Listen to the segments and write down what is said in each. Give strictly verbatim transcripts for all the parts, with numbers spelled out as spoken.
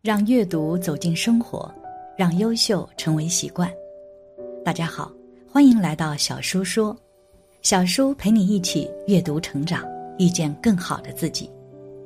让阅读走进生活，让优秀成为习惯。大家好，欢迎来到小叔说，小叔陪你一起阅读成长，遇见更好的自己。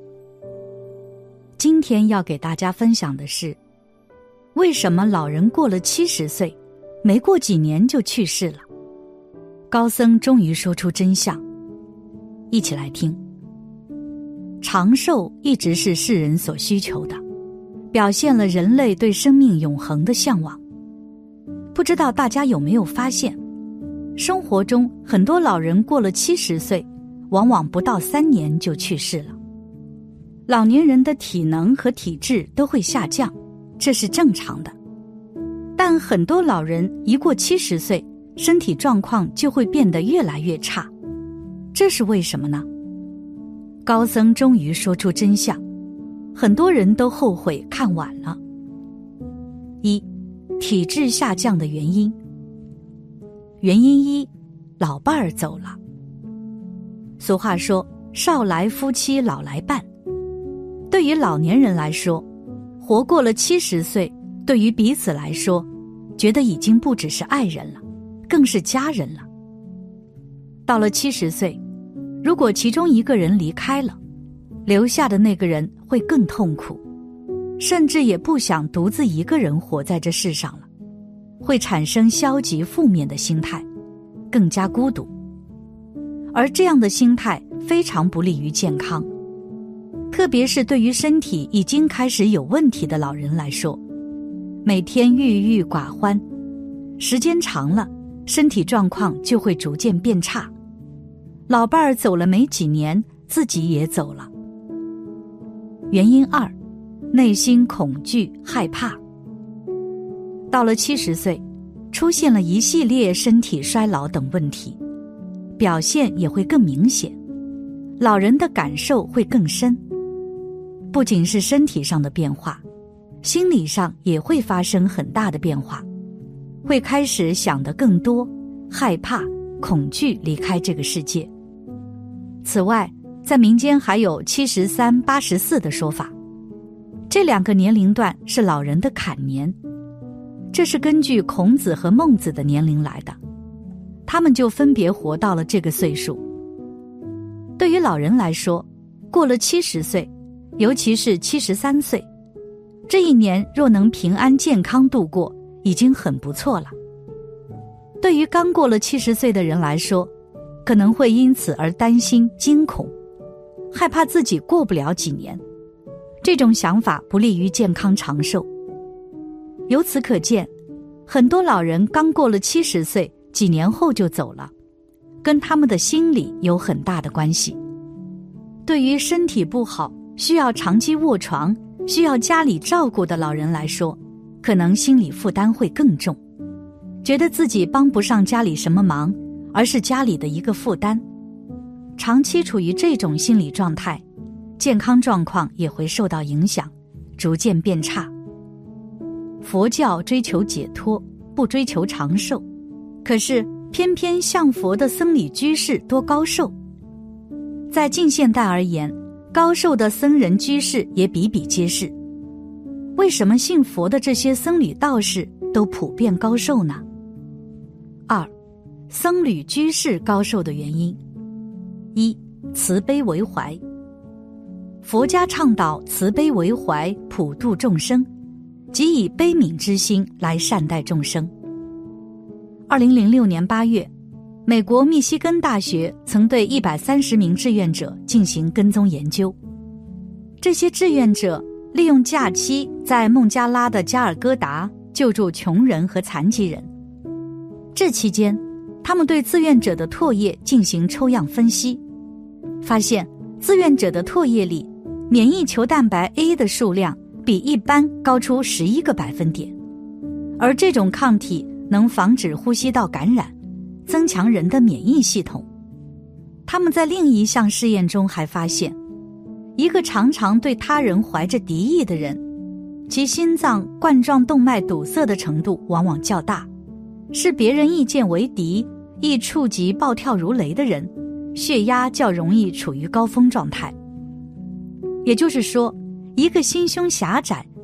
今天要给大家分享的是，为什么老人过了七十岁，没过几年就去世了？高僧终于说出真相，一起来听。长寿一直是世人所需求的，表现了人类对生命永恒的向往。不知道大家有没有发现，生活中很多老人过了七十岁，往往不到三年就去世了。老年人的体能和体质都会下降，这是正常的。但很多老人一过七十岁，身体状况就会变得越来越差，这是为什么呢？高僧终于说出真相，很多人都后悔看晚了。一、体质下降的原因。原因一，老伴儿走了。俗话说，少来夫妻老来伴。对于老年人来说，活过了七十岁，对于彼此来说，觉得已经不只是爱人了，更是家人了。到了七十岁，如果其中一个人离开了，留下的那个人会更痛苦，甚至也不想独自一个人活在这世上了，会产生消极负面的心态，更加孤独。而这样的心态非常不利于健康，特别是对于身体已经开始有问题的老人来说，每天郁郁寡欢，时间长了，身体状况就会逐渐变差。老伴儿走了没几年，自己也走了。原因二，内心恐惧害怕。到了七十岁，出现了一系列身体衰老等问题，表现也会更明显，老人的感受会更深。不仅是身体上的变化，心理上也会发生很大的变化，会开始想得更多，害怕、恐惧离开这个世界。此外，在民间还有七十三、八十四的说法，这两个年龄段是老人的坎年，这是根据孔子和孟子的年龄来的，他们就分别活到了这个岁数。对于老人来说，过了七十岁，尤其是七十三岁，这一年若能平安健康度过，已经很不错了。对于刚过了七十岁的人来说，可能会因此而担心、惊恐，害怕自己过不了几年，这种想法不利于健康长寿。由此可见，很多老人刚过了七十岁，几年后就走了，跟他们的心理有很大的关系。对于身体不好，需要长期卧床，需要家里照顾的老人来说，可能心理负担会更重，觉得自己帮不上家里什么忙，而是家里的一个负担。长期处于这种心理状态，健康状况也会受到影响，逐渐变差。佛教追求解脱，不追求长寿，可是偏偏向佛的僧侣居士多高寿。在近现代而言，高寿的僧人居士也比比皆是。为什么信佛的这些僧侣道士都普遍高寿呢？二，僧侣居士高寿的原因。一，慈悲为怀。佛家倡导慈悲为怀，普度众生，即以悲悯之心来善待众生。二零零六年八月，美国密西根大学曾对一百三十名志愿者进行跟踪研究。这些志愿者利用假期在孟加拉的加尔各答救助穷人和残疾人。这期间，他们对志愿者的唾液进行抽样分析，发现志愿者的唾液里免疫球蛋白 A 的数量比一般高出十一个百分点，而这种抗体能防止呼吸道感染，增强人的免疫系统。他们在另一项试验中还发现，一个常常对他人怀着敌意的人，其心脏冠状动脉堵塞的程度往往较大，视别人意见为敌，易触及暴跳如雷的人，血压较容易处于高峰状态。也就是说，一个心胸狭窄、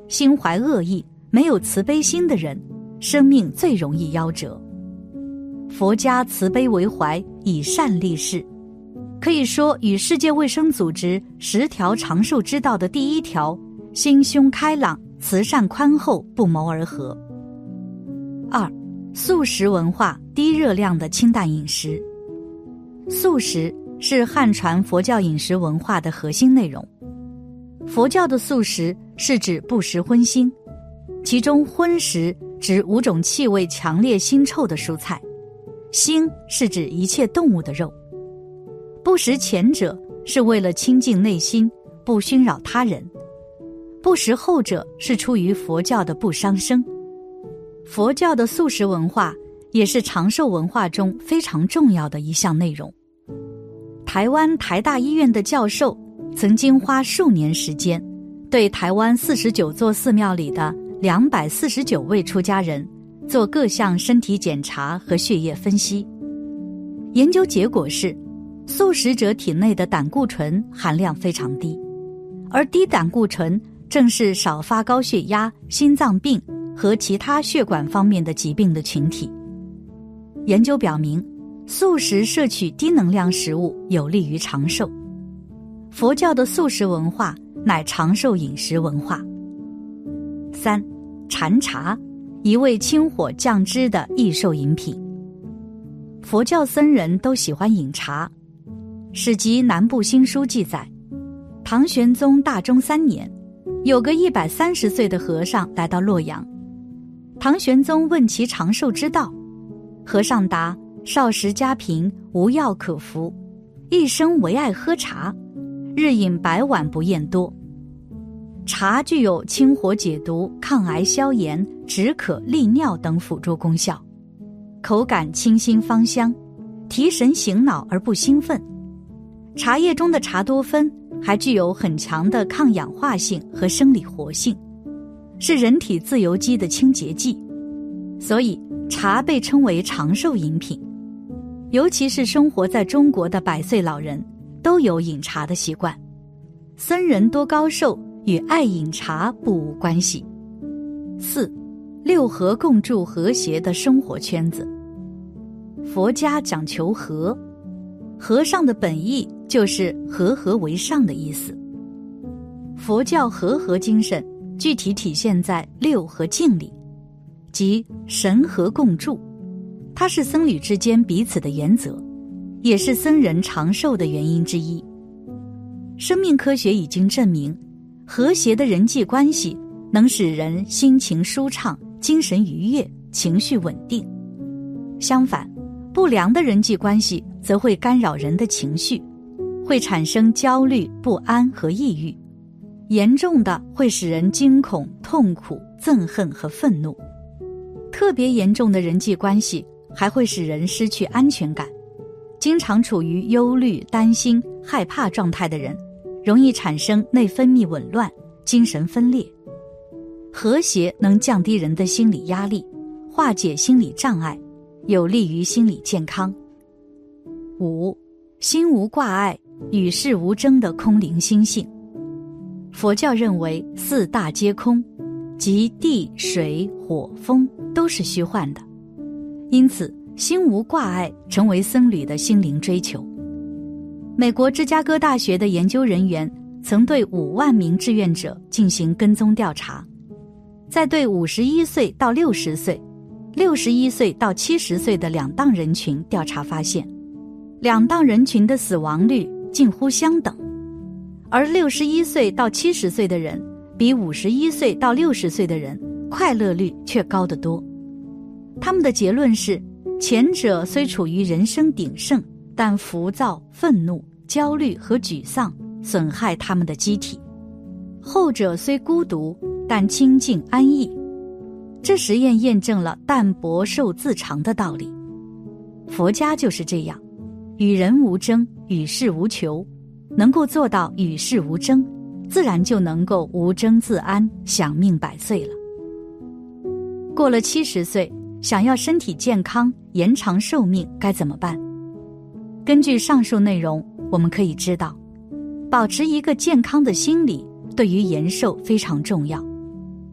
心怀恶意、没有慈悲心的人，生命最容易夭折。佛家慈悲为怀，以善立世，可以说与世界卫生组织十条长寿之道的第一条心胸开朗、慈善宽厚不谋而合。二、素食文化，低热量的清淡饮食。素食是汉传佛教饮食文化的核心内容。佛教的素食是指不食荤腥，其中荤食指五种气味强烈腥臭的蔬菜，腥是指一切动物的肉。不食前者是为了清净内心，不熏扰他人；不食后者是出于佛教的不伤生。佛教的素食文化也是长寿文化中非常重要的一项内容。台湾台大医院的教授曾经花数年时间，对台湾四十九座寺庙里的两百四十九位出家人做各项身体检查和血液分析。研究结果是，素食者体内的胆固醇含量非常低，而低胆固醇正是少发高血压、心脏病和其他血管方面的疾病的群体。研究表明，素食摄取低能量食物有利于长寿。佛教的素食文化乃长寿饮食文化。三、禅茶，一味清火降脂的益寿饮品。佛教僧人都喜欢饮茶。史籍南部新书记载，唐玄宗大中三年，有个一百三十岁的和尚来到洛阳。唐玄宗问其长寿之道，和尚答：少时家贫，无药可服，一生唯爱喝茶，日饮百碗不厌多。茶具有清火解毒、抗癌消炎、止渴利尿等辅助功效，口感清新芳香，提神醒脑而不兴奋。茶叶中的茶多酚还具有很强的抗氧化性和生理活性，是人体自由基的清洁剂，所以茶被称为长寿饮品。尤其是生活在中国的百岁老人都有饮茶的习惯，僧人多高寿与爱饮茶不无关系。四、六合共筑和谐的生活圈子。佛家讲求和，和尚的本意就是和合为上的意思。佛教和合精神具体体现在六合敬里，即神和共筑，它是僧侣之间彼此的原则，也是僧人长寿的原因之一。生命科学已经证明，和谐的人际关系能使人心情舒畅、精神愉悦、情绪稳定。相反，不良的人际关系则会干扰人的情绪，会产生焦虑、不安和抑郁，严重的会使人惊恐、痛苦、憎恨和愤怒。特别严重的人际关系还会使人失去安全感，经常处于忧虑、担心、害怕状态的人，容易产生内分泌紊乱、精神分裂。和谐能降低人的心理压力，化解心理障碍，有利于心理健康。五、心无挂碍，与世无争的空灵心性。佛教认为四大皆空，即地、水、火、风都是虚幻的，因此心无挂碍成为僧侣的心灵追求。美国芝加哥大学的研究人员曾对五万名志愿者进行跟踪调查，在对五十一岁到六十岁、六十一岁到七十岁的两档人群调查发现，两档人群的死亡率近乎相等，而六十一岁到七十岁的人比五十一岁到六十岁的人快乐率却高得多。他们的结论是，前者虽处于人生鼎盛，但浮躁、愤怒、焦虑和沮丧损害他们的机体；后者虽孤独，但清静安逸。这实验验证了淡泊寿自长的道理。佛家就是这样，与人无争，与世无求，能够做到与世无争，自然就能够无争自安，享命百岁了。过了七十岁，想要身体健康、延长寿命该怎么办？根据上述内容，我们可以知道，保持一个健康的心理对于延寿非常重要。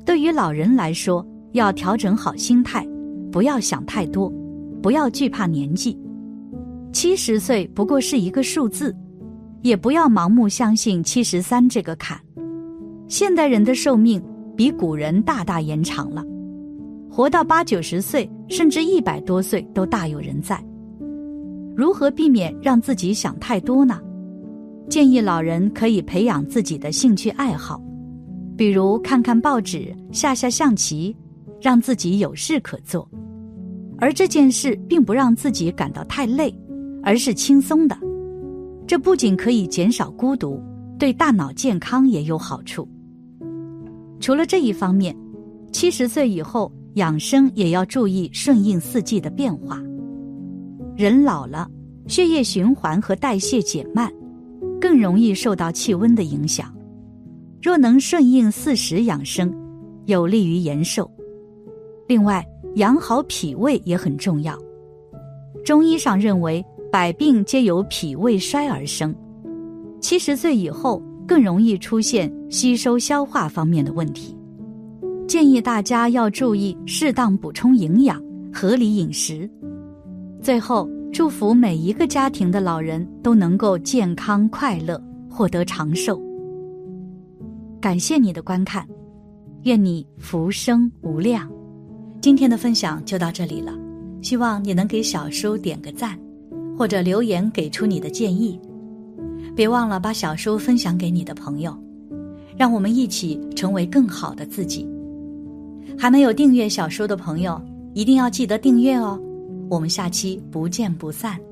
对于老人来说，要调整好心态，不要想太多，不要惧怕年纪。七十岁不过是一个数字，也不要盲目相信七十三这个坎。现代人的寿命比古人大大延长了，活到八九十岁甚至一百多岁都大有人在。如何避免让自己想太多呢？建议老人可以培养自己的兴趣爱好，比如看看报纸，下下象棋，让自己有事可做。而这件事并不让自己感到太累，而是轻松的。这不仅可以减少孤独，对大脑健康也有好处。除了这一方面，七十岁以后养生也要注意顺应四季的变化。人老了，血液循环和代谢减慢，更容易受到气温的影响。若能顺应四时养生，有利于延寿。另外，养好脾胃也很重要。中医上认为，百病皆由脾胃衰而生。七十岁以后，更容易出现吸收消化方面的问题。建议大家要注意适当补充营养，合理饮食。最后，祝福每一个家庭的老人都能够健康快乐，获得长寿。感谢你的观看，愿你福生无量。今天的分享就到这里了，希望你能给小叔点个赞，或者留言给出你的建议。别忘了把小叔分享给你的朋友，让我们一起成为更好的自己。还没有订阅小叔的朋友，一定要记得订阅哦。我们下期不见不散。